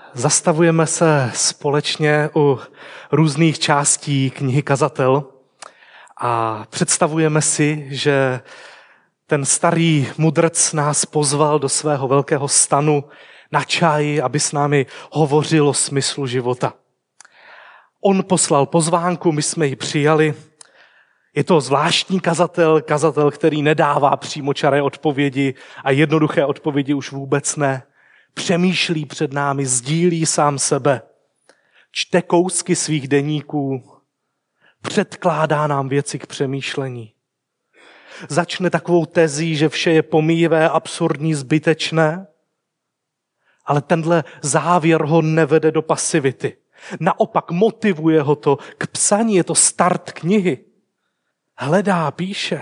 Zastavujeme se společně u různých částí knihy Kazatel a představujeme si, že ten starý mudrc nás pozval do svého velkého stanu na čaj, aby s námi hovořil o smyslu života. On poslal pozvánku, my jsme ji přijali. Je to zvláštní kazatel, který nedává přímočaré odpovědi a jednoduché odpovědi už vůbec ne. Přemýšlí před námi, sdílí sám sebe, čte kousky svých deníků, předkládá nám věci k přemýšlení. Začne takovou tezí, že vše je pomíjivé, absurdní, zbytečné, ale tenhle závěr ho nevede do pasivity. Naopak motivuje ho to k psaní, je to start knihy. Hledá, píše.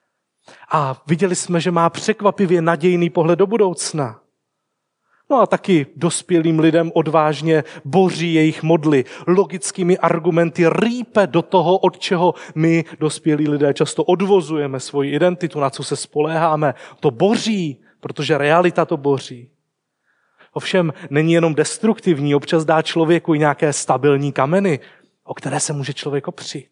A viděli jsme, že má překvapivě nadějný pohled do budoucna. No a taky dospělým lidem odvážně boří jejich modly, logickými argumenty rýpe do toho, od čeho my, dospělí lidé, často odvozujeme svoji identitu, na co se spoléháme. To boří, protože realita to boří. Ovšem není jenom destruktivní, občas dá člověku i nějaké stabilní kameny, o které se může člověk opřít.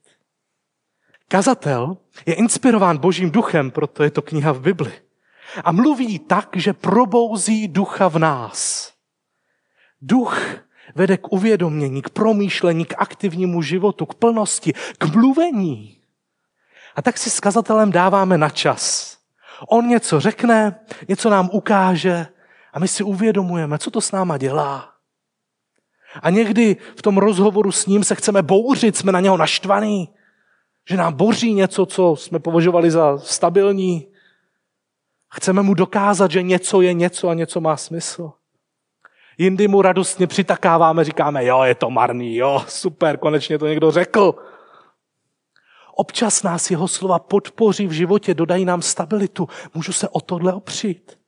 Kazatel je inspirován Božím duchem, proto je to kniha v Bibli. A mluví tak, že probouzí ducha v nás. Duch vede k uvědomění, k promýšlení, k aktivnímu životu, k plnosti, k mluvení. A tak si s kazatelem dáváme na čas. On něco řekne, něco nám ukáže a my si uvědomujeme, co to s náma dělá. A někdy v tom rozhovoru s ním se chceme bouřit, jsme na něho naštvaní, že nám boří něco, co jsme považovali za stabilní. Chceme mu dokázat, že něco je něco a něco má smysl. Jindy mu radostně přitakáváme, říkáme, jo, je to marný, jo, super, konečně to někdo řekl. Občas nás jeho slova podpoří v životě, dodají nám stabilitu, můžu se o tohle opřít.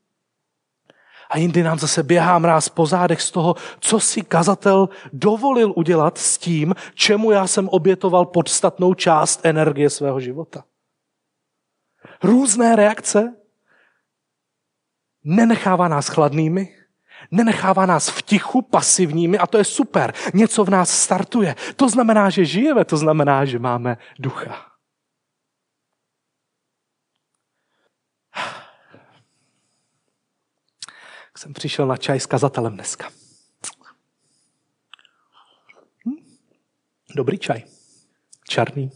A jindy nám zase běhá mráz po zádech z toho, co si kazatel dovolil udělat s tím, čemu já jsem obětoval podstatnou část energie svého života. Různé reakce nenechává nás chladnými, nenechává nás v tichu, pasivními a to je super. Něco v nás startuje. To znamená, že žijeme, to znamená, že máme ducha. Jsem přišel na čaj s kazatelem dneska. Dobrý čaj. Černý.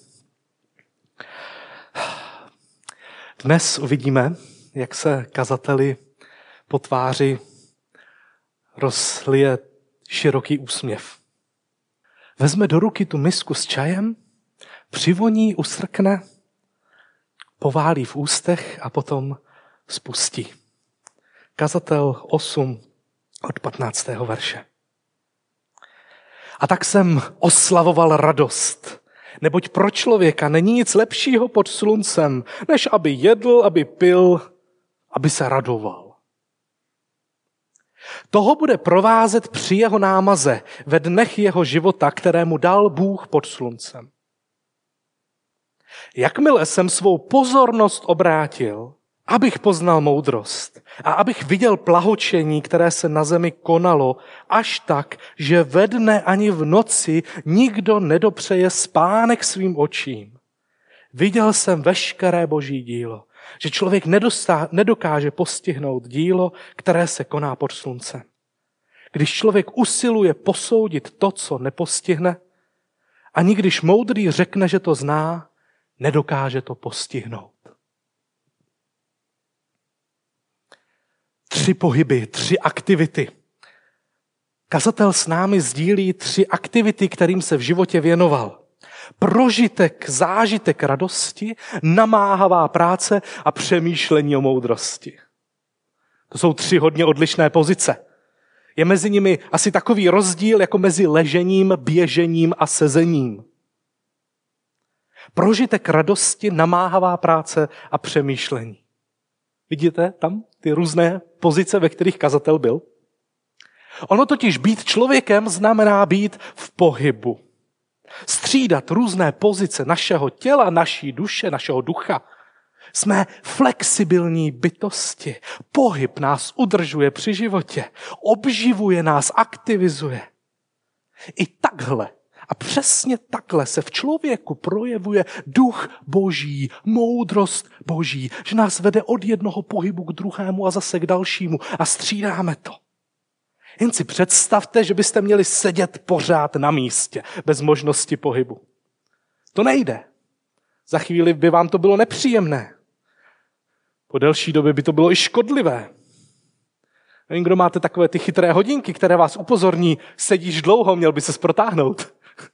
Dnes uvidíme, jak se kazateli po tváři rozlije široký úsměv. Vezme do ruky tu misku s čajem, přivoní, usrkne, poválí v ústech a potom spustí. Kazatel 8 od 15. verše. A tak jsem oslavoval radost, neboť pro člověka není nic lepšího pod sluncem, než aby jedl, aby pil, aby se radoval. Toho bude provázet při jeho námaze ve dnech jeho života, kterému dal Bůh pod sluncem. Jakmile jsem svou pozornost obrátil, abych poznal moudrost a abych viděl plahočení, které se na zemi konalo, až tak, že ve dne ani v noci nikdo nedopřeje spánek svým očím. Viděl jsem veškeré Boží dílo, že člověk nedokáže postihnout dílo, které se koná pod sluncem. Když člověk usiluje posoudit to, co nepostihne, ani když moudrý řekne, že to zná, nedokáže to postihnout. 3 pohyby, 3 aktivity. Kazatel s námi sdílí 3 aktivity, kterým se v životě věnoval. Prožitek, zážitek radosti, namáhavá práce a přemýšlení o moudrosti. To jsou 3 hodně odlišné pozice. Je mezi nimi asi takový rozdíl jako mezi ležením, běžením a sezením. Prožitek radosti, namáhavá práce a přemýšlení. Vidíte tam ty různé pozice, ve kterých kazatel byl? Ono totiž být člověkem znamená být v pohybu. Střídat různé pozice našeho těla, naší duše, našeho ducha. Jsme flexibilní bytosti. Pohyb nás udržuje při životě. Obživuje nás, aktivizuje. I takhle a přesně takhle se v člověku projevuje duch Boží, moudrost Boží, že nás vede od jednoho pohybu k druhému a zase k dalšímu a střídáme to. Jen si představte, že byste měli sedět pořád na místě, bez možnosti pohybu. To nejde. Za chvíli by vám to bylo nepříjemné. Po delší době by to bylo i škodlivé. Nevím, kdo máte takové ty chytré hodinky, které vás upozorní, sedíš dlouho, měl by ses protáhnout.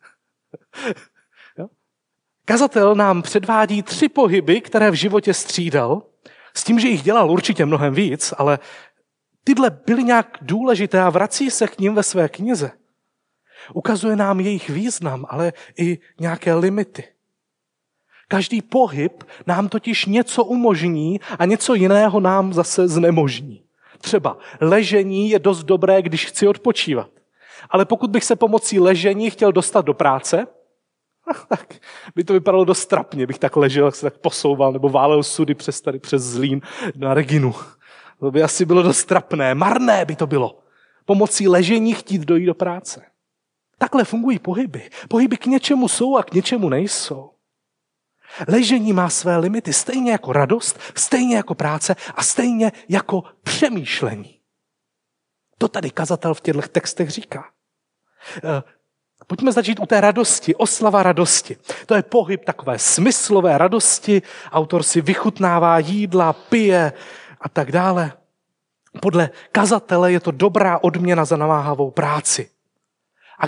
Kazatel nám předvádí 3 pohyby, které v životě střídal, s tím, že jich dělal určitě mnohem víc, ale tyhle byly nějak důležité a vrací se k nim ve své knize. Ukazuje nám jejich význam, ale i nějaké limity. Každý pohyb nám totiž něco umožní a něco jiného nám zase znemožní. Třeba ležení je dost dobré, když chci odpočívat. Ale pokud bych se pomocí ležení chtěl dostat do práce, tak by to vypadalo dost trapně, bych tak ležel, jak se tak posouval, nebo válel sudy přes Zlín na Reginu. To by asi bylo dost trapné, marné by to bylo. Pomocí ležení chtít dojít do práce. Takhle fungují pohyby. Pohyby k něčemu jsou a k něčemu nejsou. Ležení má své limity, stejně jako radost, stejně jako práce a stejně jako přemýšlení. To tady kazatel v těchto textech říká. Pojďme začít u té radosti, oslava radosti. To je pohyb takové smyslové radosti, autor si vychutnává jídla, pije a tak dále. Podle kazatele je to dobrá odměna za namáhavou práci. A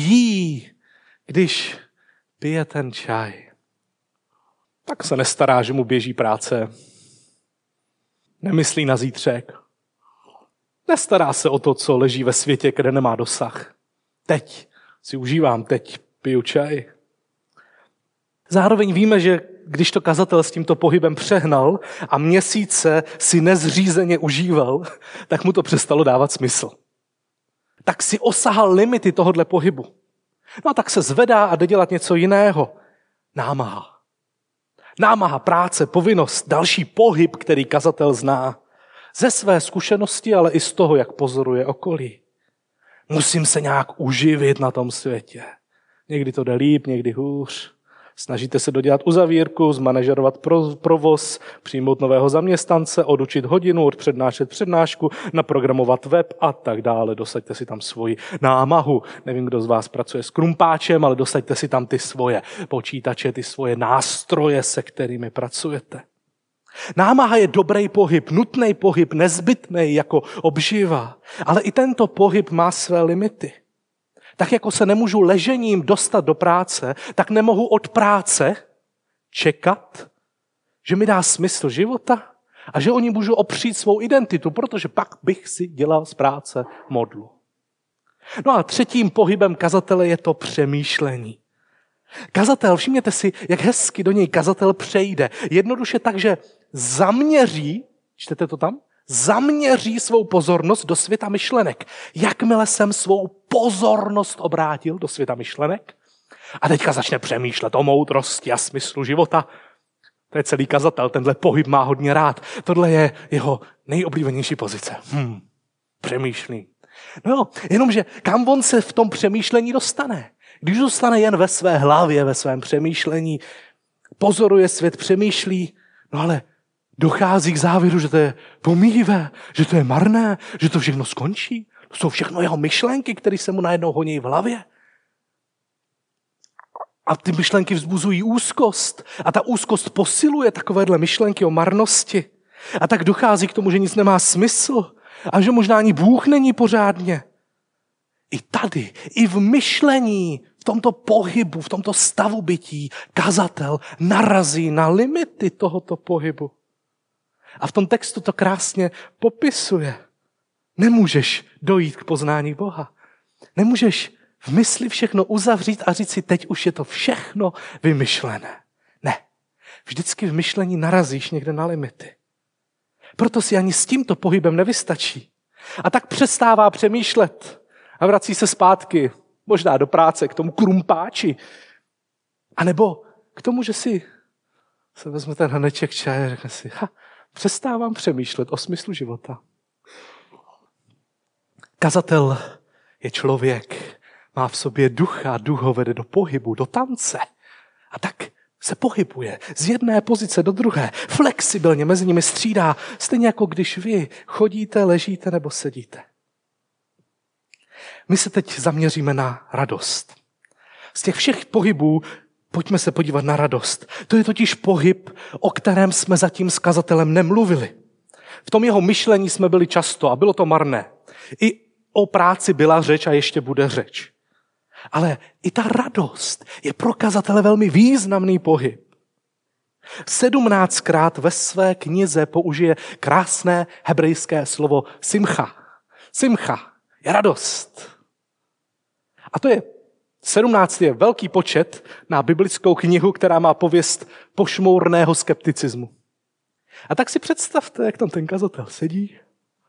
když pije ten čaj, tak se nestará, že mu běží práce. Nemyslí na zítřek. Nestará se o to, co leží ve světě, kde nemá dosah. Teď si užívám, teď piju čaj. Zároveň víme, že když to kazatel s tímto pohybem přehnal a měsíce si nezřízeně užíval, tak mu to přestalo dávat smysl. Tak si osahal limity tohodle pohybu. No a tak se zvedá a jde dělat něco jiného. Námaha. Námaha, práce, povinnost, další pohyb, který kazatel zná. Ze své zkušenosti, ale i z toho, jak pozoruje okolí. Musím se nějak uživit na tom světě. Někdy to jde líp, někdy hůř. Snažíte se dodělat uzavírku, zmanažerovat provoz, přijmout nového zaměstnance, odučit hodinu, odpřednášet přednášku, naprogramovat web a tak dále. Dosaďte si tam svoji námahu. Nevím, kdo z vás pracuje s krumpáčem, ale dosaďte si tam ty svoje počítače, ty svoje nástroje, se kterými pracujete. Námaha je dobrý pohyb, nutný pohyb, nezbytný jako obživa. Ale i tento pohyb má své limity. Tak jako se nemůžu ležením dostat do práce, tak nemohu od práce čekat, že mi dá smysl života a že o ní můžu opřít svou identitu, protože pak bych si dělal z práce modlu. No a 3. pohybem kazatele je to přemýšlení. Kazatel, všimněte si, jak hezky do něj kazatel přejde. Jednoduše tak, že zaměří, čtete to tam? Zaměří svou pozornost do světa myšlenek. Jakmile jsem svou pozornost obrátil do světa myšlenek a teďka začne přemýšlet o moudrosti a smyslu života. To je celý kazatel, tenhle pohyb má hodně rád. Tohle je jeho nejoblíbenější pozice. Přemýšlí. No jo, jenomže kam on se v tom přemýšlení dostane? Když zůstane jen ve své hlavě, ve svém přemýšlení, pozoruje svět, přemýšlí, no ale dochází k závěru, že to je pomíjivé, že to je marné, že to všechno skončí. To jsou všechno jeho myšlenky, které se mu najednou honí v hlavě. A ty myšlenky vzbuzují úzkost. A ta úzkost posiluje takovéhle myšlenky o marnosti. A tak dochází k tomu, že nic nemá smysl. A že možná ani Bůh není pořádně. I tady, i v myšlení, v tomto pohybu, v tomto stavu bytí, kazatel narazí na limity tohoto pohybu. A v tom textu to krásně popisuje. Nemůžeš dojít k poznání Boha. Nemůžeš v mysli všechno uzavřít a říct si, teď už je to všechno vymyšlené. Ne. Vždycky v myšlení narazíš někde na limity. Proto si ani s tímto pohybem nevystačí. A tak přestává přemýšlet a vrací se zpátky, možná do práce, k tomu krumpáči. A nebo k tomu, že si se vezme ten hrneček čaje a řekne si, přestávám přemýšlet o smyslu života. Kazatel je člověk, má v sobě ducha, duch ho vede do pohybu, do tance. A tak se pohybuje z jedné pozice do druhé, flexibilně mezi nimi střídá, stejně jako když vy chodíte, ležíte nebo sedíte. My se teď zaměříme na radost. Z těch všech pohybů pojďme se podívat na radost. To je totiž pohyb, o kterém jsme zatím s kazatelem nemluvili. V tom jeho myšlení jsme byli často a bylo to marné. I o práci byla řeč a ještě bude řeč. Ale i ta radost je pro kazatele velmi významný pohyb. 17krát ve své knize použije krásné hebrejské slovo simcha. Simcha je radost. A to je 17 je velký počet na biblickou knihu, která má pověst pošmourného skepticismu. A tak si představte, jak tam ten kazatel sedí,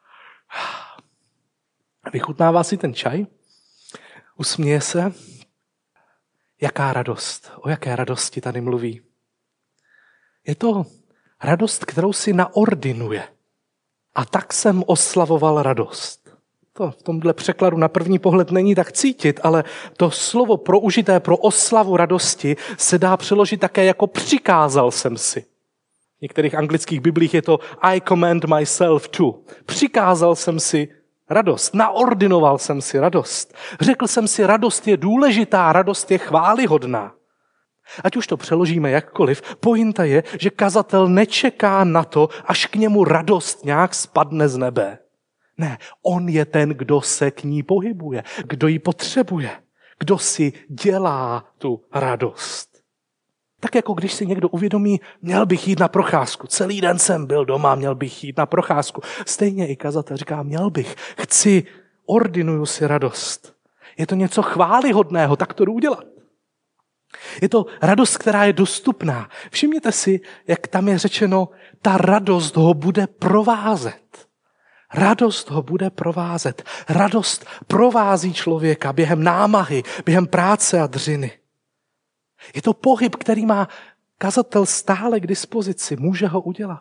vychutnává si ten čaj, usměje se. Jaká radost? O jaké radosti tady mluví? Je to radost, kterou si naordinuje. A tak jsem oslavoval radost. To v tomhle překladu na první pohled není tak cítit, ale to slovo použité pro oslavu radosti se dá přeložit také jako přikázal jsem si. V některých anglických biblích je to I command myself to. Přikázal jsem si radost, naordinoval jsem si radost. Řekl jsem si, radost je důležitá, radost je chvályhodná. Ať už to přeložíme jakkoliv, pointa je, že kazatel nečeká na to, až k němu radost nějak spadne z nebe. Ne, on je ten, kdo se k ní pohybuje, kdo ji potřebuje, kdo si dělá tu radost. Tak jako když si někdo uvědomí, měl bych jít na procházku, celý den jsem byl doma, měl bych jít na procházku. Stejně i kazatel říká, měl bych, chci, ordinuju si radost. Je to něco chvályhodného, tak to jdu udělat. Je to radost, která je dostupná. Všimněte si, jak tam je řečeno, ta radost ho bude provázet. Radost ho bude provázet. Radost provází člověka během námahy, během práce a dřiny. Je to pohyb, který má kazatel stále k dispozici, může ho udělat.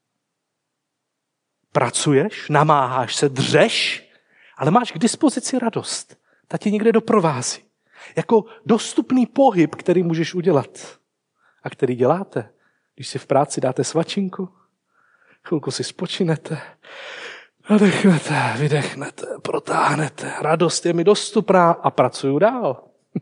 Pracuješ, namáháš se, dřeš, ale máš k dispozici radost. Ta tě někde doprovází. Jako dostupný pohyb, který můžeš udělat. A který děláte, když si v práci dáte svačinku, chvilku si spočinete, nadechnete, vydechnete, protáhnete. Radost je mi dostupná a pracuju dál.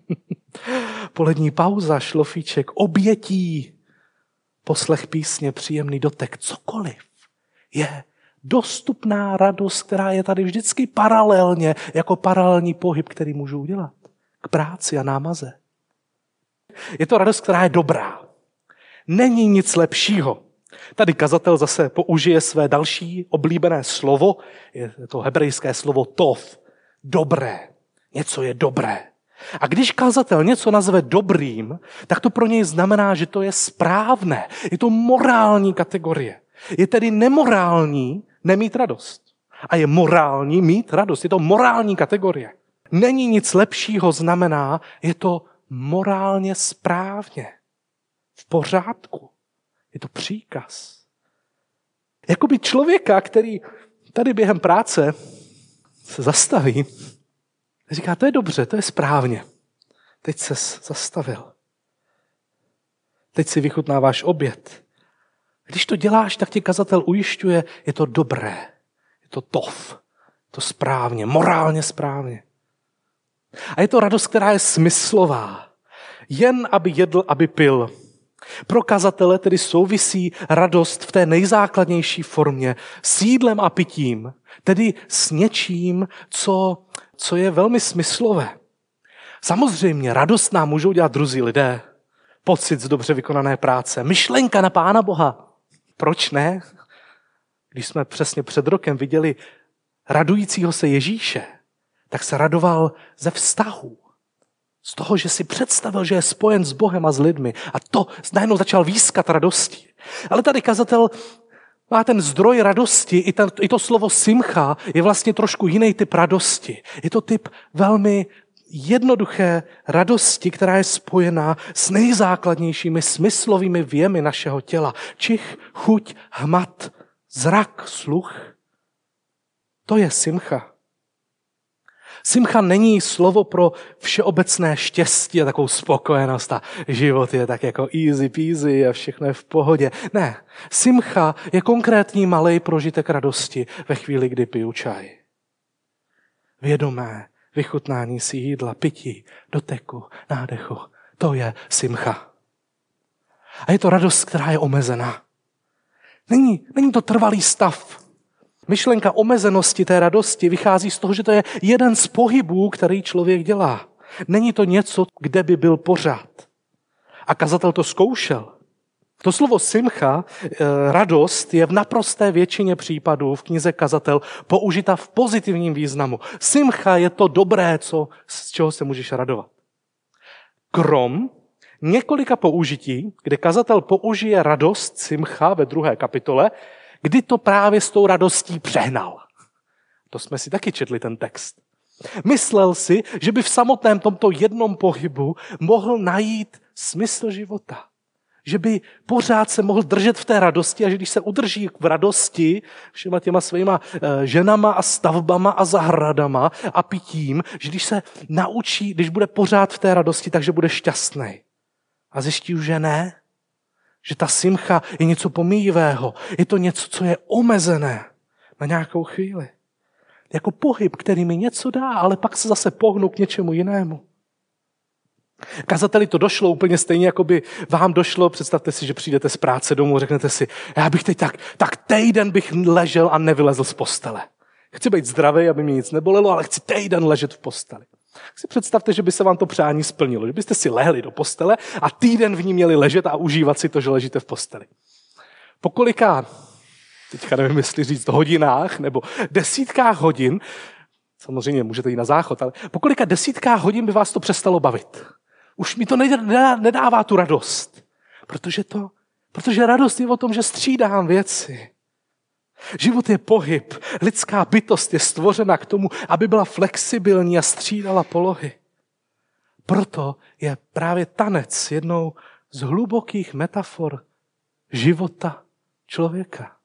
Polední pauza, šlofíček, obětí, poslech písně, příjemný dotek, cokoliv je dostupná radost, která je tady vždycky paralelně, jako paralelní pohyb, který můžu udělat k práci a námaze. Je to radost, která je dobrá. Není nic lepšího. Tady kazatel zase použije své další oblíbené slovo, je to hebrejské slovo tov, dobré. Něco je dobré. A když kazatel něco nazve dobrým, tak to pro něj znamená, že to je správné. Je to morální kategorie. Je tedy nemorální nemít radost. A je morální mít radost. Je to morální kategorie. Není nic lepšího znamená, je to morálně správně. V pořádku. Je to příkaz. Jakoby člověka, který tady během práce se zastaví, říká, to je dobře, to je správně. Teď ses zastavil. Teď si vychutnáváš oběd. Když to děláš, tak ti kazatel ujišťuje, je to dobré. Je to tov. Je to správně, morálně správně. A je to radost, která je smyslová. Jen aby jedl, aby pil. Pro kazatele tedy souvisí radost v té nejzákladnější formě s jídlem a pitím, tedy s něčím, co je velmi smyslové. Samozřejmě radost nám můžou dělat druzí lidé, pocit z dobře vykonané práce, myšlenka na Pána Boha. Proč ne? Když jsme přesně před rokem viděli radujícího se Ježíše, tak se radoval ze vztahu. Z toho, že si představil, že je spojen s Bohem a s lidmi. A to najednou začal výskat radosti. Ale tady kazatel má ten zdroj radosti, i to slovo simcha je vlastně trošku jiný typ radosti. Je to typ velmi jednoduché radosti, která je spojená s nejzákladnějšími smyslovými věmy našeho těla. Čich, chuť, hmat, zrak, sluch. To je simcha. Simcha není slovo pro všeobecné štěstí a takovou spokojenost a život je tak jako easy peasy a všechno je v pohodě. Ne, simcha je konkrétní malej prožitek radosti ve chvíli, kdy piju čaj. Vědomé vychutnání si jídla, pití, doteku, nádechu. To je simcha. A je to radost, která je omezená. Není to trvalý stav. Myšlenka omezenosti té radosti vychází z toho, že to je jeden z pohybů, který člověk dělá. Není to něco, kde by byl pořád. A kazatel to zkoušel. To slovo simcha, radost, je v naprosté většině případů v knize Kazatel použita v pozitivním významu. Simcha je to dobré, z čeho se můžeš radovat. Krom několika použití, kde kazatel použije radost, simcha, ve 2. kapitole, kdy to právě s tou radostí přehnal. To jsme si taky četli ten text. Myslel si, že by v samotném tomto jednom pohybu mohl najít smysl života. Že by pořád se mohl držet v té radosti a že když se udrží v radosti všema těma svýma ženama a stavbama a zahradama a pitím, že když se naučí, když bude pořád v té radosti, takže bude šťastný. A zjistí, že ne, že ta simcha je něco pomíjivého, je to něco, co je omezené na nějakou chvíli. Jako pohyb, který mi něco dá, ale pak se zase pohnu k něčemu jinému. Kazateli to došlo úplně stejně, jako by vám došlo. Představte si, že přijdete z práce domů, řeknete si, já bych teď tak týden bych ležel a nevylezl z postele. Chci být zdravý, aby mě nic nebolelo, ale chci týden ležet v posteli. Tak si představte, že by se vám to přání splnilo, že byste si lehli do postele a týden v ní měli ležet a užívat si to, že ležíte v posteli. Po kolika, teďka nevím, jestli říct hodinách nebo desítkách hodin, samozřejmě můžete jít na záchod, ale po kolika desítkách hodin by vás to přestalo bavit. Už mi to nedává tu radost, protože radost je o tom, že střídám věci. Život je pohyb, lidská bytost je stvořena k tomu, aby byla flexibilní a střídala polohy. Proto je právě tanec jednou z hlubokých metafor života člověka.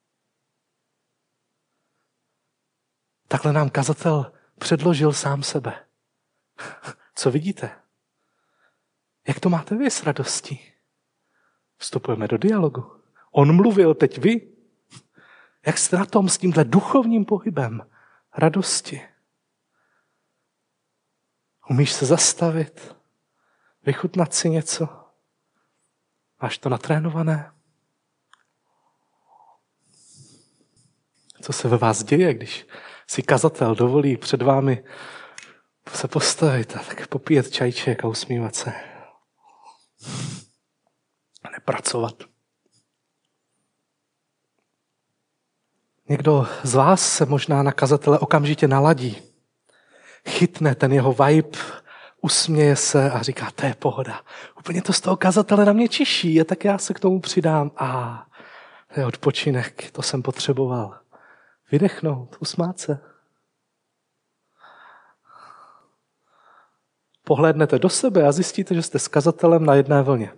Takhle nám kazatel předložil sám sebe. Co vidíte? Jak to máte vy s radostí? Vstupujeme do dialogu. On mluvil, teď vy. Jak jste na tom s tímhle duchovním pohybem radosti? Umíš se zastavit? Vychutnat si něco? Máš to natrénované? Co se ve vás děje, když si kazatel dovolí před vámi se postavit a tak popíjet čajček a usmívat se? A nepracovat. Někdo z vás se možná na kazatele okamžitě naladí. Chytne ten jeho vibe, usměje se a říká, to je pohoda. Úplně to z toho kazatele na mě čiší a tak já se k tomu přidám. A to je odpočinek, to jsem potřeboval. Vydechnout, usmát se. Pohlédnete do sebe a zjistíte, že jste s kazatelem na jedné vlně.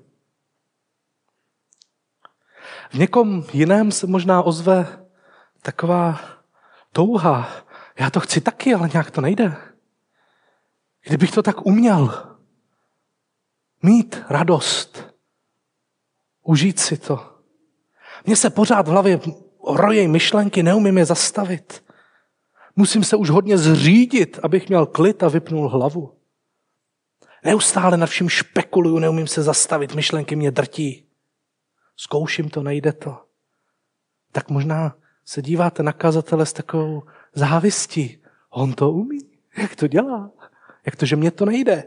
V někom jiném se možná ozve taková touha. Já to chci taky, ale nějak to nejde. Kdybych to tak uměl. Mít radost. Užít si to. Mně se pořád v hlavě rojí myšlenky, neumím je zastavit. Musím se už hodně zřídit, abych měl klid a vypnul hlavu. Neustále nad vším špekuluju, neumím se zastavit, myšlenky mě drtí. Zkouším to, nejde to. Tak možná se díváte na kazatele s takovou závistí. On to umí. Jak to dělá? Jak to, že mně to nejde?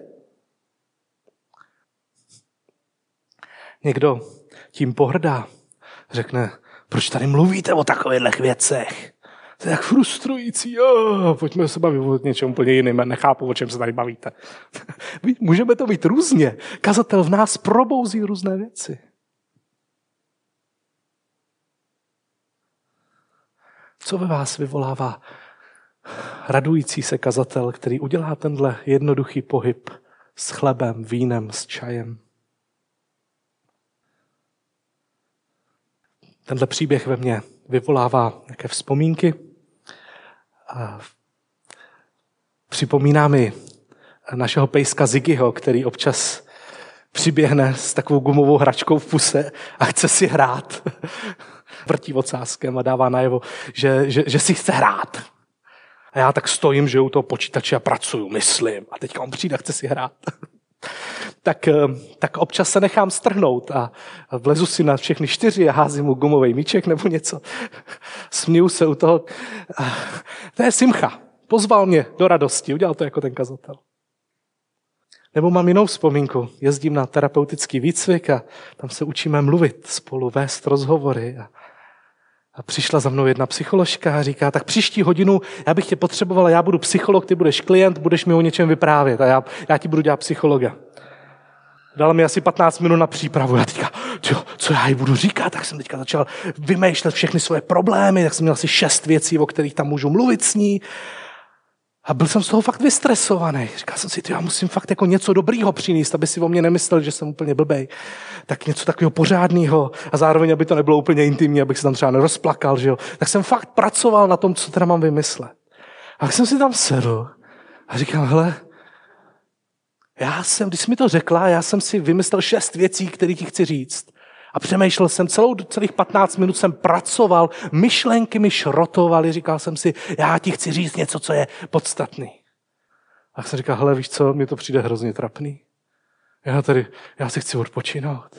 Někdo tím pohrdá. Řekne, proč tady mluvíte o takových věcech? To je tak frustrující. Pojďme se bavit o něčem úplně jiným. Nechápu, o čem se tady bavíte. Můžeme to být různě. Kazatel v nás probouzí různé věci. Co ve vás vyvolává radující se kazatel, který udělá tenhle jednoduchý pohyb s chlebem, vínem, s čajem. Tenhle příběh ve mně vyvolává nějaké vzpomínky. A připomíná mi našeho pejska Ziggyho, který občas přiběhne s takovou gumovou hračkou v puse a chce si hrát. Vrtí ocáskem a dává najevo, že si chce hrát. A já tak stojím, že u toho počítače a pracuju, myslím. A teďka on přijde a chce si hrát. tak občas se nechám strhnout a vlezu si na všechny 4 a házím mu gumový míček nebo něco. Směju se u toho. To je Simcha. Pozval mě do radosti. Udělal to jako ten kazatel. Nebo mám jinou vzpomínku. Jezdím na terapeutický výcvik a tam se učíme mluvit spolu, vést rozhovory. A přišla za mnou jedna psycholožka a říká, tak příští hodinu já bych tě potřebovala, já budu psycholog, ty budeš klient, budeš mi o něčem vyprávět a já ti budu dělat psychologa. Dala mi asi 15 minut na přípravu. Já teďka, co já jí budu říkat? Tak jsem teďka začal vymýšlet všechny svoje problémy, tak jsem měl asi 6 věcí, o kterých tam můžu mluvit s ní. A byl jsem z toho fakt vystresovaný. Říkal jsem si, já musím fakt jako něco dobrýho přinést, aby si o mě nemyslel, že jsem úplně blbej. Tak něco takového pořádného a zároveň, aby to nebylo úplně intimní, abych se tam třeba nerozplakal, že jo. Tak jsem fakt pracoval na tom, co teda mám vymyslet. A tak jsem si tam sedl a říkal, hele, když jsi mi to řekla, já jsem si vymyslel 6 věcí, které ti chci říct. A přemýšlel jsem, celých 15 minut jsem pracoval, myšlenky mi šrotovaly, říkal jsem si, já ti chci říct něco, co je podstatný. A jsem říkal, hele, víš co, mi to přijde hrozně trapný. Já si chci odpočinout.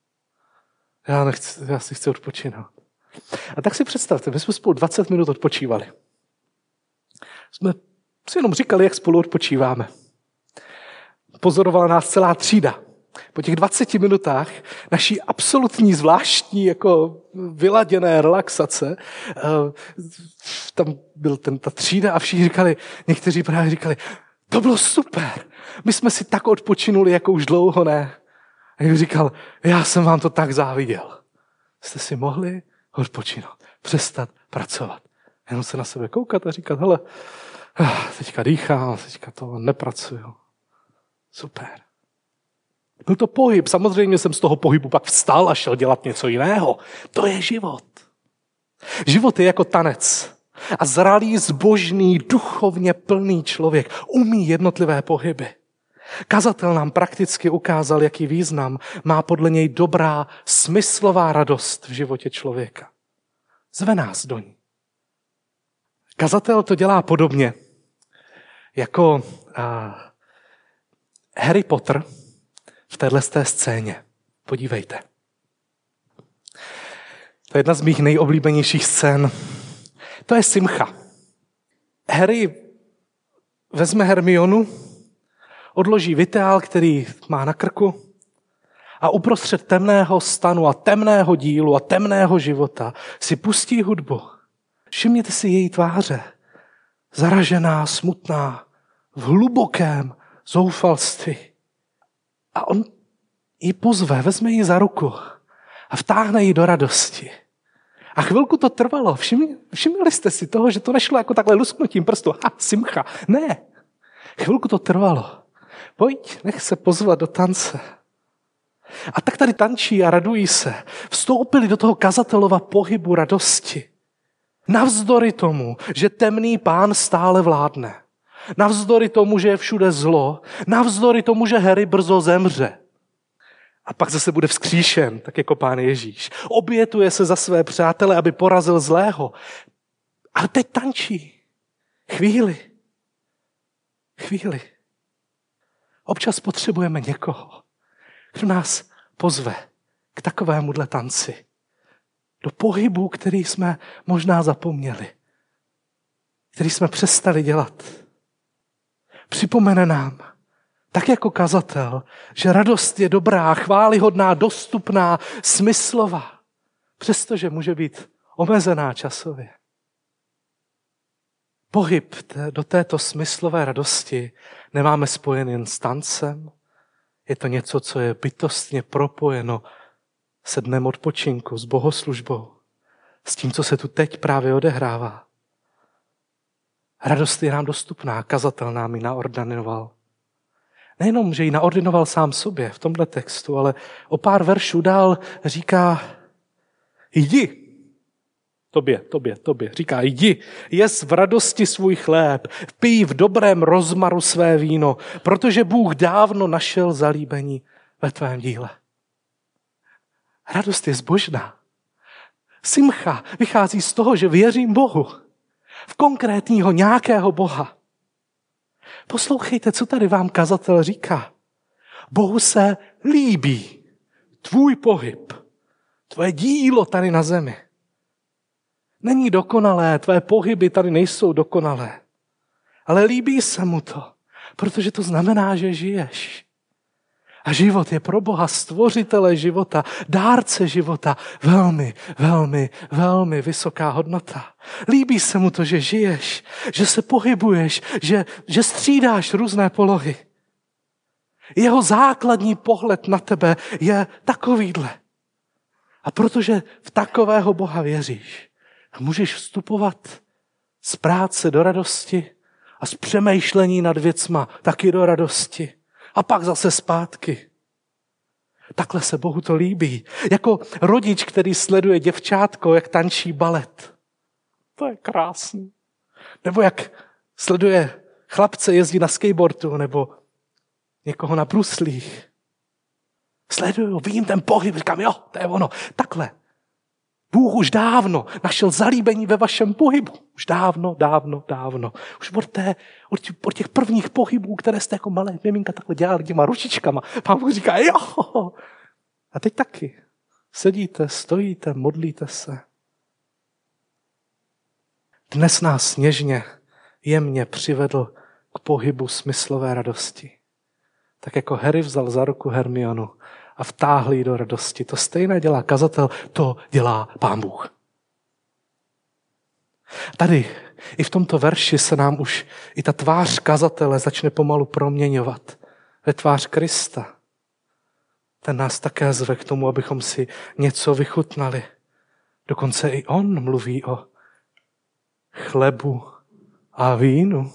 Já si chci odpočinout. A tak si představte, my jsme spolu 20 minut odpočívali. Jsme si jenom říkali, jak spolu odpočíváme. Pozorovala nás celá třída. Po těch 20 minutách naší absolutní zvláštní jako vyladěné relaxace, tam byl ta třída a všichni říkali, někteří právě říkali, to bylo super, my jsme si tak odpočinuli, jako už dlouho ne. A někdo říkal, já jsem vám to tak záviděl. Jste si mohli odpočinout, přestat pracovat. Jenom se na sebe koukat a říkat, hele, teďka dýchám, teďka to nepracuju. Super. Byl to pohyb. Samozřejmě jsem z toho pohybu pak vstal a šel dělat něco jiného. To je život. Život je jako tanec. A zralý, zbožný, duchovně plný člověk umí jednotlivé pohyby. Kazatel nám prakticky ukázal, jaký význam má podle něj dobrá, smyslová radost v životě člověka. Zve nás do ní. Kazatel to dělá podobně jako Harry Potter v této scéně. Podívejte. To je jedna z mých nejoblíbenějších scén. To je Simcha. Harry vezme Hermionu, odloží viteál, který má na krku a uprostřed temného stanu a temného dílu a temného života si pustí hudbu. Všimněte si její tváře. Zaražená, smutná, v hlubokém zoufalství. A on ji pozve, vezme ji za ruku a vtáhne ji do radosti. A chvilku to trvalo. Všimli jste si toho, že to nešlo jako takhle lusknutím prstu. Simcha. Ne. Chvilku to trvalo. Pojď, nech se pozvat do tance. A tak tady tančí a radují se. Vstoupili do toho kazatelova pohybu radosti. Navzdory tomu, že temný pán stále vládne. Navzdory tomu, že je všude zlo. Navzdory tomu, že Harry brzo zemře. A pak zase bude vzkříšen, tak jako Pán Ježíš. Obětuje se za své přátele, aby porazil zlého. Ale teď tančí. Chvíli. Občas potřebujeme někoho, kdo nás pozve k takovémuhle tanci. Do pohybu, který jsme možná zapomněli. Který jsme přestali dělat. Připomene nám, tak jako kazatel, že radost je dobrá, chvályhodná, dostupná, smyslová, přestože může být omezená časově. Pohyb do této smyslové radosti nemáme spojen jen s tancem, je to něco, co je bytostně propojeno se dnem odpočinku, s bohoslužbou, s tím, co se tu teď právě odehrává. Radost je nám dostupná, kazatel nám ji naordinoval. Nejenom, že ji naordinoval sám sobě v tomhle textu, ale o pár veršů dál říká, jdi, tobě, říká, jdi, jes v radosti svůj chléb, pij v dobrém rozmaru své víno, protože Bůh dávno našel zalíbení ve tvém díle. Radost je zbožná. Simcha vychází z toho, že věřím Bohu, v konkrétního nějakého Boha. Poslouchejte, co tady vám kazatel říká. Bohu se líbí tvůj pohyb, tvoje dílo tady na zemi. Není dokonalé, tvé pohyby tady nejsou dokonalé. Ale líbí se mu to, protože to znamená, že žiješ. A život je pro Boha stvořitele života, dárce života, velmi, velmi, velmi vysoká hodnota. Líbí se mu to, že žiješ, že se pohybuješ, že střídáš různé polohy. Jeho základní pohled na tebe je takovýhle. A protože v takového Boha věříš, můžeš vstupovat z práce do radosti a z přemýšlení nad věcma taky do radosti. A pak zase zpátky. Takhle se Bohu to líbí. Jako rodič, který sleduje děvčátko, jak tančí balet. To je krásný. Nebo jak sleduje chlapce jezdí na skateboardu, nebo někoho na bruslích. Sleduju, vidím ten pohyb, říkám, jo, to je ono. Takhle. Bůh už dávno našel zalíbení ve vašem pohybu. Už dávno. Už od těch prvních pohybů, které jste jako malé miminka takhle dělali těma ručičkama. Pán Bůh říká, jo. A teď taky. Sedíte, stojíte, modlíte se. Dnes nás něžně, jemně přivedl k pohybu smyslové radosti. Tak jako Harry vzal za ruku Hermionu a vtáhl jí do radosti. To stejné dělá kazatel, to dělá Pán Bůh. Tady i v tomto verši se nám už i ta tvář kazatele začne pomalu proměňovat ve tvář Krista. Ten nás také zve k tomu, abychom si něco vychutnali. Dokonce i on mluví o chlebu a vínu.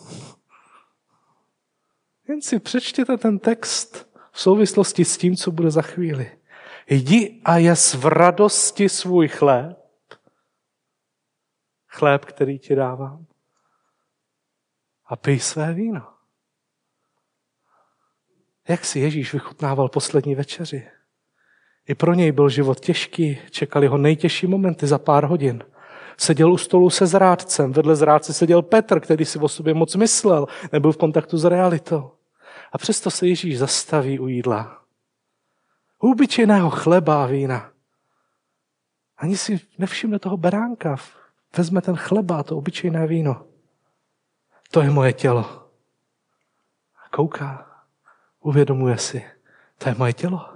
Jen si přečtěte ten text v souvislosti s tím, co bude za chvíli. Jdi a jes v radosti svůj chléb. Chléb, který ti dávám. A pij své víno. Jak si Ježíš vychutnával poslední večeři? I pro něj byl život těžký, čekali ho nejtěžší momenty za pár hodin. Seděl u stolu se zrádcem, vedle zrádce seděl Petr, který si o sobě moc myslel, nebyl v kontaktu s realitou. A přesto se Ježíš zastaví u jídla. U obyčejného chleba a vína. Ani si nevšimne toho beránka. Vezme ten chleba a to obyčejné víno. To je moje tělo. A kouká. Uvědomuje si. To je moje tělo.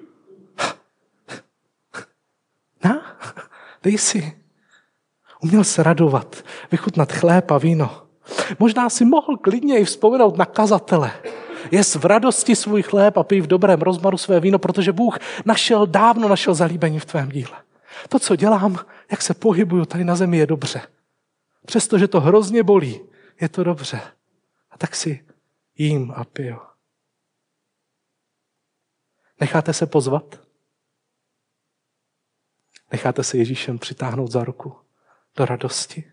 Na, dej si. Uměl se radovat, vychutnat chléb a víno. Možná si mohl klidně i vzpomenout na kazatele. Jes v radosti svůj chléb a pij v dobrém rozmaru své víno, protože Bůh dávno našel zalíbení v tvém díle. To, co dělám, jak se pohybuju tady na zemi, je dobře. Přestože to hrozně bolí, je to dobře. A tak si jím a piju. Necháte se pozvat? Necháte se Ježíšem přitáhnout za ruku do radosti?